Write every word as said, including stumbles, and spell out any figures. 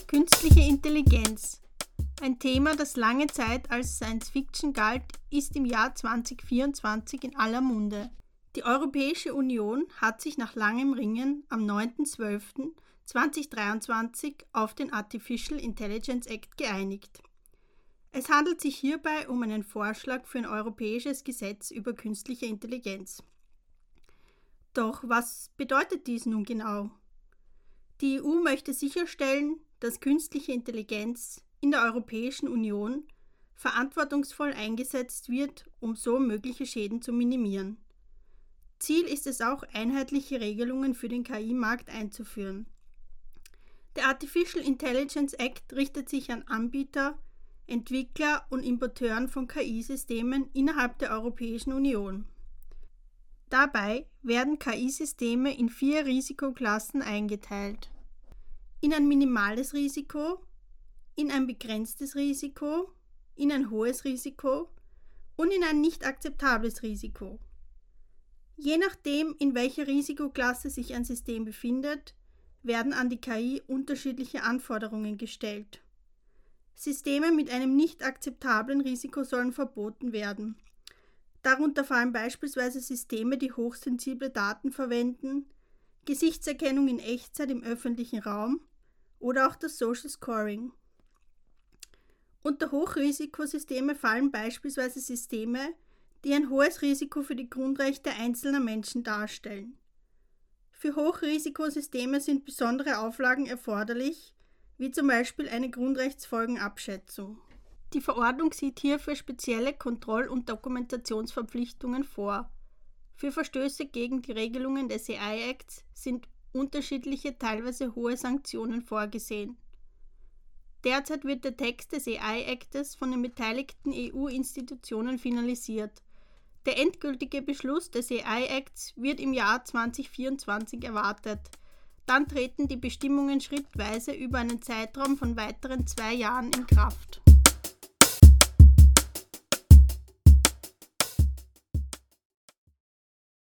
Künstliche Intelligenz. Ein Thema, das lange Zeit als Science Fiction galt, ist im Jahr zwanzig vierundzwanzig in aller Munde. Die Europäische Union hat sich nach langem Ringen am neunten zwölften zweitausenddreiundzwanzig auf den Artificial Intelligence Act geeinigt. Es handelt sich hierbei um einen Vorschlag für ein europäisches Gesetz über künstliche Intelligenz. Doch was bedeutet dies nun genau? Die E U möchte sicherstellen, dass künstliche Intelligenz in der Europäischen Union verantwortungsvoll eingesetzt wird, um so mögliche Schäden zu minimieren. Ziel ist es auch, einheitliche Regelungen für den K I-Markt einzuführen. Der Artificial Intelligence Act richtet sich an Anbieter, Entwickler und Importeuren von K I-Systemen innerhalb der Europäischen Union. Dabei werden K I-Systeme in vier Risikoklassen eingeteilt: in ein minimales Risiko, in ein begrenztes Risiko, in ein hohes Risiko und in ein nicht akzeptables Risiko. Je nachdem, in welcher Risikoklasse sich ein System befindet, werden an die K I unterschiedliche Anforderungen gestellt. Systeme mit einem nicht akzeptablen Risiko sollen verboten werden. Darunter fallen beispielsweise Systeme, die hochsensible Daten verwenden, Gesichtserkennung in Echtzeit im öffentlichen Raum oder auch das Social Scoring. Unter Hochrisikosysteme fallen beispielsweise Systeme, die ein hohes Risiko für die Grundrechte einzelner Menschen darstellen. Für Hochrisikosysteme sind besondere Auflagen erforderlich, wie zum Beispiel eine Grundrechtsfolgenabschätzung. Die Verordnung sieht hierfür spezielle Kontroll- und Dokumentationsverpflichtungen vor. Für Verstöße gegen die Regelungen des A I-Acts sind unterschiedliche, teilweise hohe Sanktionen vorgesehen. Derzeit wird der Text des A I-Actes von den beteiligten E U-Institutionen finalisiert. Der endgültige Beschluss des A I-Acts wird im Jahr zwanzig vierundzwanzig erwartet. Dann treten die Bestimmungen schrittweise über einen Zeitraum von weiteren zwei Jahren in Kraft.